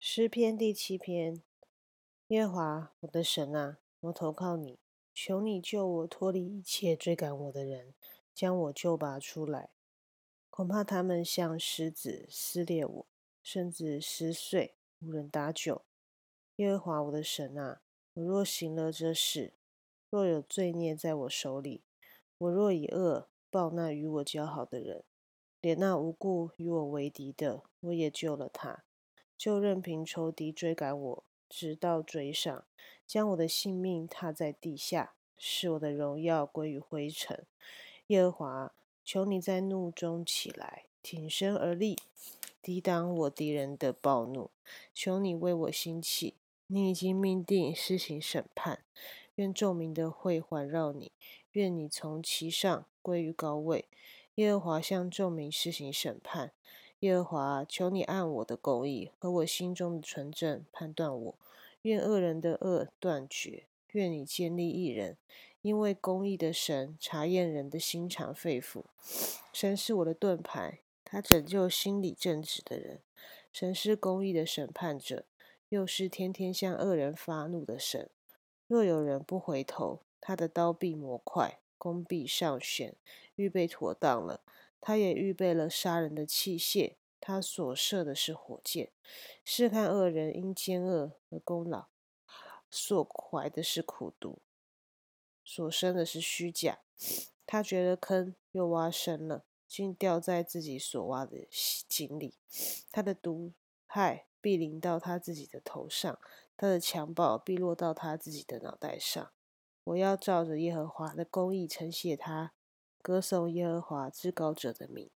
诗篇第7篇，耶和华我的神啊，我投靠你，求你救我脱离一切追赶我的人，将我救拔出来。恐怕他们像狮子撕裂我，甚至撕碎，无人搭救。耶和华我的神啊，我若行了这事，若有罪孽在我手里，我若以恶报那与我交好的人，连那无故与我为敌的，我也救了他。就任凭仇敌追赶我，直到追上，将我的性命踏在地下，使我的荣耀归于灰尘。耶和华，求你在怒中起来，挺身而立，抵挡我敌人的暴怒。求你为我兴起，你已经命定施行审判。愿众民的会环绕你，愿你从其上归于高位。耶和华向众民施行审判。耶和华，求你按我的公义和我心中的纯正判断我。愿恶人的恶断绝，愿你建立义人，因为公义的神查验人的心肠肺腑。神是我的盾牌，他拯救心里正直的人。神是公义的审判者，又是天天向恶人发怒的神。若有人不回头，他的刀必磨快，弓必上弦，预备妥当了。他也预备了杀人的器械，他所射的是火箭。试看恶人因奸恶而功劳，所怀的是苦毒，所生的是虚假。他掘了坑，又挖深了，竟掉在自己所挖的井里。他的毒害必临到他自己的头上，他的强暴必落到他自己的脑袋上。我要照着耶和华的公义称谢他，歌颂耶和华至高者的名。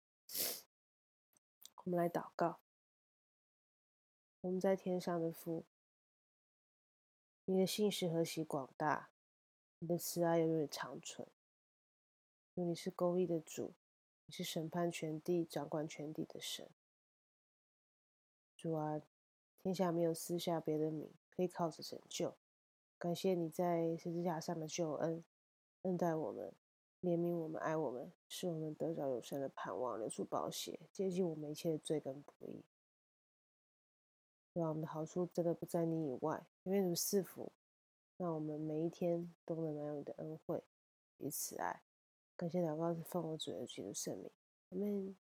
我们来祷告。我们在天上的父，你的信实何其广大，你的慈爱永远长存。因为你是公义的主，你是审判全地、掌管全地的神。主啊，天下没有私下别的名可以靠着拯救。感谢你在十字架上的救恩，恩待我们，怜悯我们，爱我们，使我们得着永生的盼望，流出宝血，接近我们一切的罪跟不义。让我们的好处真的不在你以外，因为你赐福，让我们每一天都能满有你的恩惠与慈爱。感谢祷告是奉我主耶稣基督圣名，阿们。